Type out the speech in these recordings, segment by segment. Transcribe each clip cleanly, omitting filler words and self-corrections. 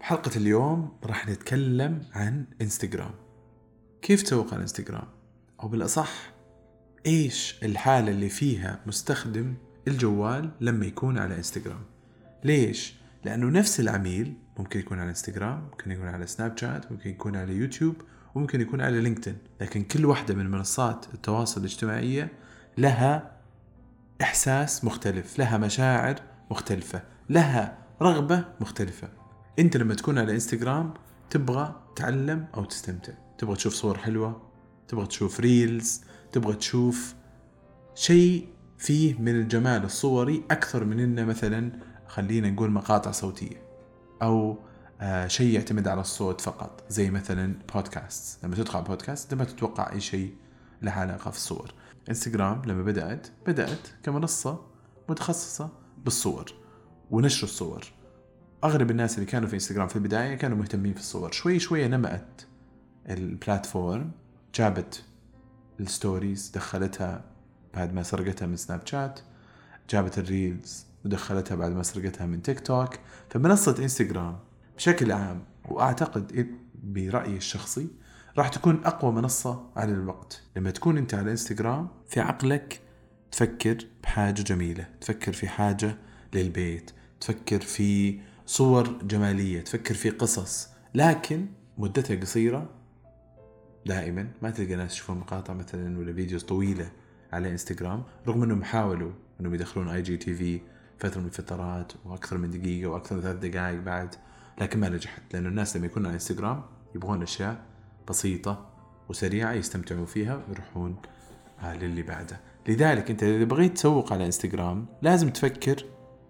حلقة اليوم راح نتكلم عن انستغرام. كيف تسوق على انستغرام؟ أو بالأصح إيش الحالة اللي فيها مستخدم الجوال لما يكون على انستغرام؟ ليش؟ لأنه نفس العميل ممكن يكون على انستغرام، ممكن يكون على سناب شات، ممكن يكون على يوتيوب، وممكن يكون على لينكدين. لكن كل واحدة من منصات التواصل الاجتماعية لها إحساس مختلف، لها مشاعر مختلفة، لها رغبة مختلفة. أنت لما تكون على إنستغرام تبغى تعلم أو تستمتع، تبغى تشوف صور حلوة، تبغى تشوف ريلز، تبغى تشوف شيء فيه من الجمال الصوري أكثر من إنه مثلا خلينا نقول مقاطع صوتية أو شيء يعتمد على الصوت فقط، زي مثلا بودكاست. لما تدخل بودكاست لما تتوقع أي شيء له علاقة في الصور. انستغرام لما بدأت كمنصة متخصصة بالصور ونشر الصور. أغلب الناس اللي كانوا في انستغرام في البداية كانوا مهتمين في الصور. شوي شوي نمأت البلاتفورم، جابت الستوريز دخلتها بعد ما سرقتها من سناب شات، جابت الريلز ودخلتها بعد ما سرقتها من تيك توك. فمنصة انستغرام بشكل عام، وأعتقد برأيي الشخصي، راح تكون أقوى منصة على الوقت. لما تكون أنت على انستغرام في عقلك تفكر بحاجة جميلة، تفكر في حاجة للبيت، تفكر في صور جمالية، تفكر في قصص، لكن مدتها قصيرة. دائما ما تلقى ناس يشوفون مقاطع مثلا ولا فيديوز طويلة على انستغرام، رغم أنهم حاولوا أنهم يدخلون اي جي تي في فترة من الفترات وأكثر من دقيقة وأكثر من 3 دقائق بعد، لكن ما نجحت. لأن الناس لما يكونوا على انستغرام يبغون أشياء بسيطة وسريعة يستمتعوا فيها ويروحون للي بعده. لذلك أنت إذا بغيت تسوق على انستغرام لازم تفكر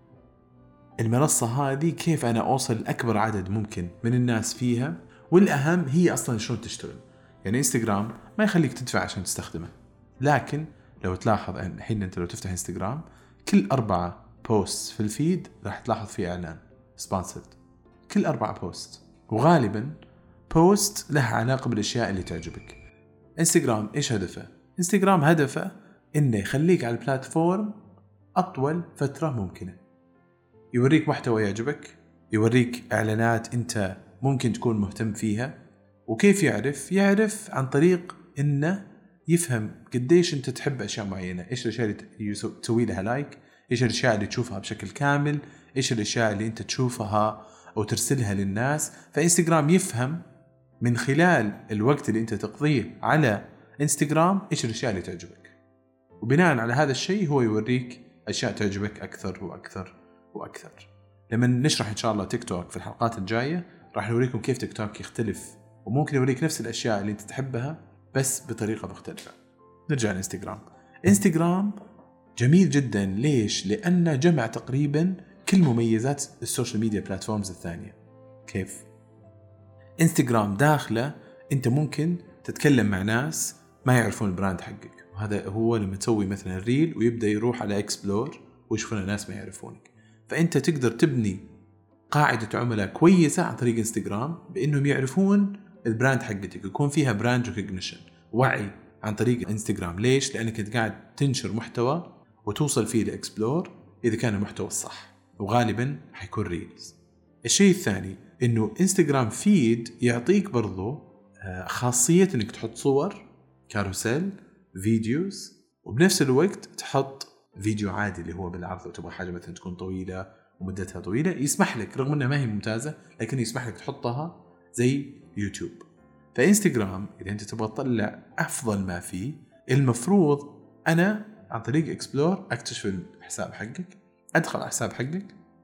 المنصة هذه كيف أنا أوصل لأكبر عدد ممكن من الناس فيها، والأهم هي أصلا شلون تشتغل. يعني انستغرام ما يخليك تدفع عشان تستخدمه، لكن لو تلاحظ الحين أنت لو تفتح انستغرام كل 4 بوست في الفيد راح تلاحظ فيه إعلان سبونسرد، كل 4 بوست، وغالبا بوست له علاقة بالأشياء اللي تعجبك. انستغرام إيش هدفه؟ انستغرام هدفه إنه يخليك على البلاتفورم أطول فترة ممكنة، يوريك محتوى يعجبك، يوريك إعلانات أنت ممكن تكون مهتم فيها. وكيف يعرف عن طريق إنه يفهم قديش أنت تحب أشياء معينة، إيش الأشياء اللي تسوي لها لايك، إيش الأشياء اللي تشوفها بشكل كامل، إيش الأشياء اللي أنت تشوفها أو ترسلها للناس. فإنستغرام يفهم من خلال الوقت اللي أنت تقضيه على إنستغرام إيش الأشياء اللي تعجبك، وبناء على هذا الشيء هو يوريك أشياء تعجبك أكثر وأكثر وأكثر. لما نشرح إن شاء الله تيك توك في الحلقات الجاية راح نوريكم كيف تيك توك يختلف، وممكن يوريك نفس الأشياء اللي أنت تحبها بس بطريقة مختلفة. نرجع لإنستغرام. إنستغرام جميل جدا. ليش؟ لأنه جمع تقريبا كل مميزات السوشيال ميديا بلاتفورمز الثانية. كيف؟ إنستغرام داخله أنت ممكن تتكلم مع ناس ما يعرفون البراند حقك، وهذا هو لما تسوي مثلا ريل ويبدأ يروح على إكسبلور ويشوفون ناس ما يعرفونك. فأنت تقدر تبني قاعدة عملاء كويسة عن طريق إنستغرام بأنهم يعرفون البراند حقتك، يكون فيها براند ريكوجنيشن، وعي عن طريق إنستغرام. ليش؟ لأنك أنت قاعد تنشر محتوى وتوصل فيه لإكسبلور إذا كان المحتوى الصح، وغالبا حيكون ريلز. الشيء الثاني إنه إنستغرام فيد يعطيك برضو خاصية إنك تحط صور، كاروسيل، فيديوز، وبنفس الوقت تحط فيديو عادي اللي هو بالعرض. لو تبغى حاجة مثلا تكون طويلة ومدتها طويلة يسمح لك، رغم أنها ما هي ممتازة لكن يسمح لك تحطها زي يوتيوب. فإنستغرام إذا أنت تبغى تطلع أفضل ما فيه، المفروض أنا عن طريق إكسبلور أكتشف الحساب حقك، أدخل على الحساب حقك.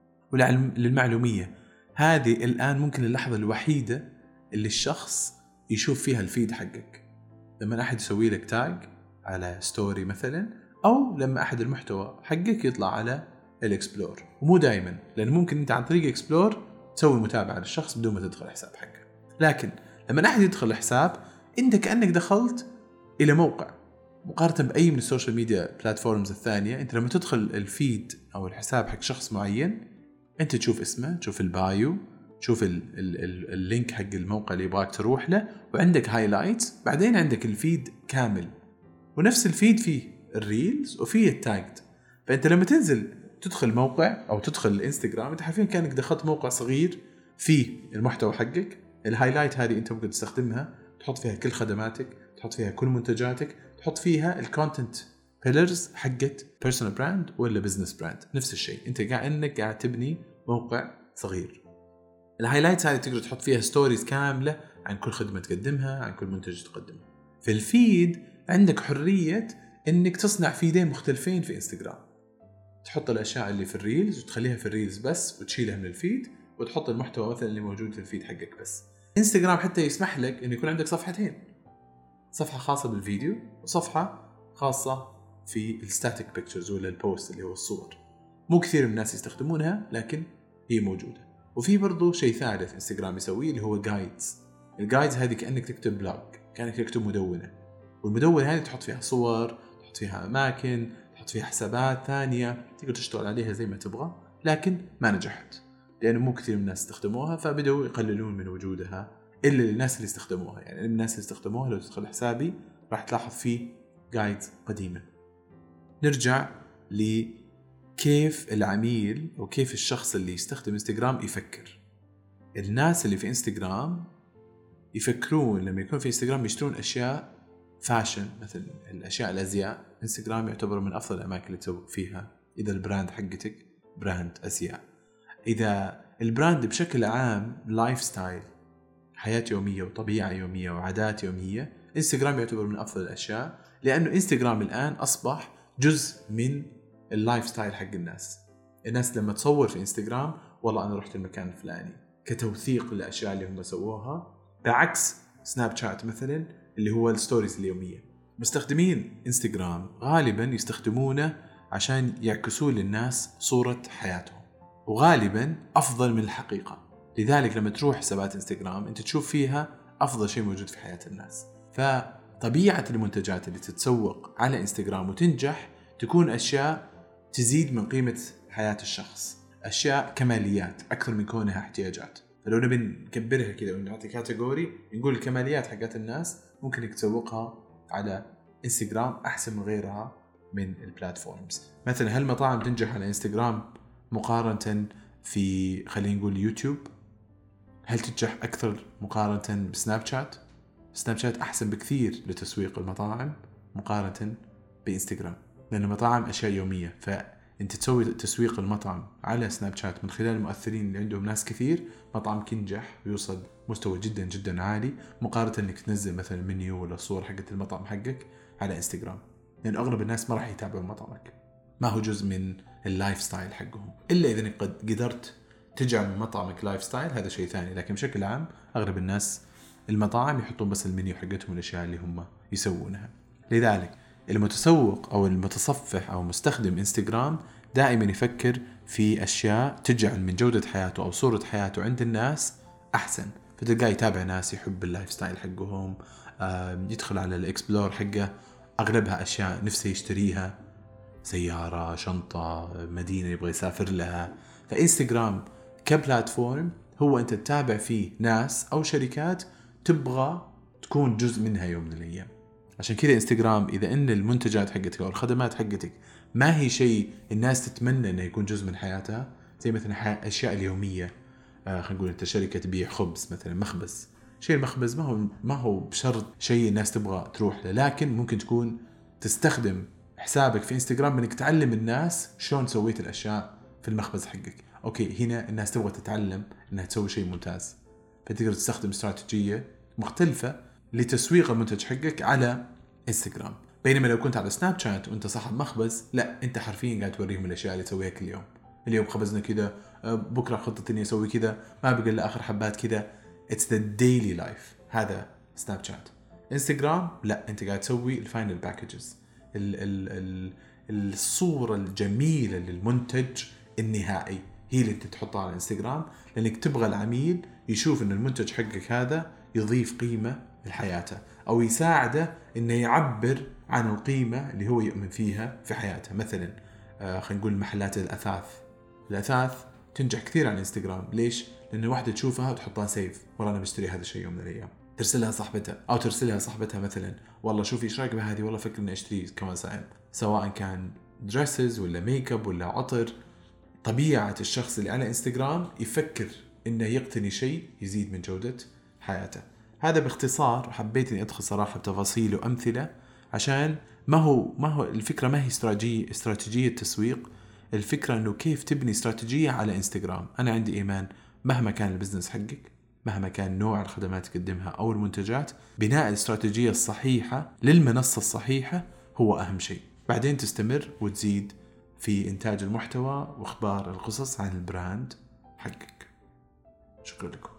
وللمعلومية هذه الآن ممكن اللحظة الوحيدة اللي الشخص يشوف فيها الفيد حقك، لما أحد يسوي لك تاج على ستوري مثلا، أو لما أحد المحتوى حقك يطلع على الإكسبلور. ومو دائما، لأن ممكن أنت عن طريق إكسبلور تسوي متابعة للشخص بدون ما تدخل حساب حقك. لكن لما أحد يدخل الحساب أنت كأنك دخلت إلى موقع، مقارنة بأي من السوشيال ميديا بلاتفورمز الثانية. أنت لما تدخل الفيد أو الحساب حق شخص معين أنت تشوف اسمه، تشوف البايو، تشوف اللينك حق الموقع اللي يبغاك تروح له، وعندك هايلايتس، بعدين عندك الفيد كامل. ونفس الفيد فيه الريلز وفيه التاجد. فأنت لما تنزل تدخل موقع أو تدخل الانستغرام أنت حرفيا كأنك دخلت موقع صغير في المحتوى حقك. الهايلايت هذه انت ممكن تستخدمها تحط فيها كل خدماتك، تحط فيها كل منتجاتك، تحط فيها الكونتنت بيلرز حقت بيرسونال براند ولا بزنس براند. نفس الشيء، انت انك قاعد تبني موقع صغير. الهايلايتس هذه تقدر تحط فيها ستوريز كاملة عن كل خدمة تقدمها، عن كل منتج تقدمه. في الفيد عندك حرية انك تصنع فيدين مختلفين في انستغرام، تحط الاشياء اللي في الريلز وتخليها في الريلز بس وتشيلها من الفيد، وتحط المحتوى مثلا اللي موجود في الفيد حقك بس. انستغرام حتى يسمح لك ان يكون عندك صفحتين، صفحة خاصة بالفيديو وصفحة خاصة في الستاتيك بيكتشرز ولا البوست اللي هو الصور. مو كثير من الناس يستخدمونها لكن هي موجودة. وفي برضو شيء ثالث انستغرام يسويه اللي هو جايدز. الجايدز هذه كأنك تكتب بلوج، كأنك تكتب مدونة، والمدونة هذه تحط فيها صور، تحط فيها أماكن، تحط فيها حسابات ثانية، تقدر تشتغل عليها زي ما تبغى. لكن ما نجحت لأنه مو كثير من الناس استخدموها، فبدأوا يقللون من وجودها إلا للناس اللي استخدموها. يعني الناس اللي استخدموها لو تدخل حسابي راح تلاحظ فيه جايدز قديمة. نرجع لكيف العميل أو كيف الشخص اللي يستخدم انستغرام يفكر. الناس اللي في انستغرام يفكرون لما يكون في انستغرام يشترون أشياء فاشن، مثل الأشياء الأزياء. انستغرام يعتبر من أفضل الأماكن اللي تسوق فيها إذا البراند حقتك براند أزياء. إذا البراند بشكل عام لايف ستايل، حياة يومية وطبيعة يومية وعادات يومية، انستغرام يعتبر من أفضل الأشياء، لأنه انستغرام الآن أصبح جزء من اللايف ستايل حق الناس. الناس لما تصور في انستغرام والله أنا رحت المكان الفلاني كتوثيق للأشياء اللي هم سووها، بعكس سناب شات مثلا اللي هو الستوريز اليومية. مستخدمين انستغرام غالبا يستخدمونه عشان يعكسوا للناس صورة حياتهم، وغالبا أفضل من الحقيقة. لذلك لما تروح حسابات انستغرام انت تشوف فيها أفضل شيء موجود في حياة الناس. فطبيعة المنتجات اللي تتسوق على انستغرام وتنجح تكون أشياء تزيد من قيمة حياة الشخص، أشياء كماليات أكثر من كونها احتياجات. فلو نبي نكبرها كذا ونعطي كاتيجوري نقول الكماليات حقات الناس ممكن تسوقها على انستغرام أحسن من غيرها من البلاتفورمز. مثلا هل المطاعم تنجح على انستغرام مقارنة في خلينا نقول يوتيوب؟ هل تنجح أكثر مقارنة بسناب شات؟ سناب شات أحسن بكثير لتسويق المطاعم مقارنة بإنستغرام، لأن المطاعم أشياء يومية، فأنت تسوي تسويق المطعم على سناب شات من خلال المؤثرين اللي عندهم ناس كثير، مطعمك ينجح ويوصل مستوى جدا جدا عالي مقارنة أنك تنزل مثلا منيو ولا صور حقت المطعم حقك على إنستغرام، لأن أغلب الناس ما راح يتابعوا مطعمك، ما هو جزء من اللايف ستايل حقهم. إلا إذا قد قدرت تجعل مطعمك لايف ستايل هذا شيء ثاني، لكن بشكل عام أغلب الناس المطاعم يحطون بس المنيو حقتهم والأشياء اللي هم يسوونها. لذلك المتسوق أو المتصفح أو مستخدم إنستغرام دائما يفكر في أشياء تجعل من جودة حياته أو صورة حياته عند الناس أحسن، فتلقاه يتابع ناس يحب اللايف ستايل حقهم، يدخل على الإكسبلور حقه أغلبها أشياء نفسه يشتريها، سيارة، شنطة، مدينة يبغى يسافر لها. فإنستغرام كبلاتفورم هو أنت تتابع فيه ناس أو شركات تبغى تكون جزء منها يوم من الأيام. عشان كذا إنستغرام إذا إن المنتجات حقتك أو الخدمات حقتك ما هي شيء الناس تتمنى إنه يكون جزء من حياتها، زي مثلا أشياء اليومية، خلينا نقول أنت شركة تبيع خبز مثلا، مخبز، شيء المخبز ما هو بشرط شيء الناس تبغى تروح له، لكن ممكن تكون تستخدم حسابك في انستغرام انك تعلم الناس شلون سويت الاشياء في المخبز حقك. اوكي هنا الناس تبغى تتعلم انها تسوي شيء ممتاز، فتقدر تستخدم استراتيجية مختلفة لتسويق المنتج حقك على انستغرام. بينما لو كنت على سناب شات وانت صاحب مخبز، لا انت حرفيا قاعد توريهم الاشياء اللي تسويها كل يوم. اليوم خبزنا كذا، بكره خطتي اني اسوي كذا، ما بقى الا اخر حبات كذا. It's the daily life. هذا سناب شات. انستغرام لا، انت قاعد تسوي الفاينل باكجز، الصورة الجميلة للمنتج النهائي هي اللي انت تحطها على انستغرام، لانك تبغى العميل يشوف ان المنتج حقك هذا يضيف قيمة لحياته او يساعده انه يعبر عن القيمة اللي هو يؤمن فيها في حياته. مثلا خلينا نقول محلات الأثاث تنجح كثير على انستغرام. ليش؟ لأن واحدة تشوفها وتحطها سيف، والله أنا بشتري هذا الشيء يوم من الأيام، ترسلها صاحبتها أو ترسلها صاحبتها مثلا، والله شوفي إيش رأيك بهذه، والله فكر إني أشتري كمان ساعة، سواء كان دريسز ولا ميك اب ولا عطر. طبيعة الشخص اللي على انستغرام يفكر إنه يقتني شيء يزيد من جودة حياته. هذا باختصار، حبيت إني أدخل صراحة بتفاصيل وأمثلة، عشان ما هو الفكرة ما هي استراتيجية تسويق. الفكرة إنه كيف تبني استراتيجية على إنستغرام. أنا عندي إيمان مهما كان البزنس حقك، مهما كان نوع الخدمات تقدمها أو المنتجات، بناء الاستراتيجية الصحيحة للمنصة الصحيحة هو أهم شيء. بعدين تستمر وتزيد في إنتاج المحتوى وإخبار القصص عن البراند حقك. شكرا لكم.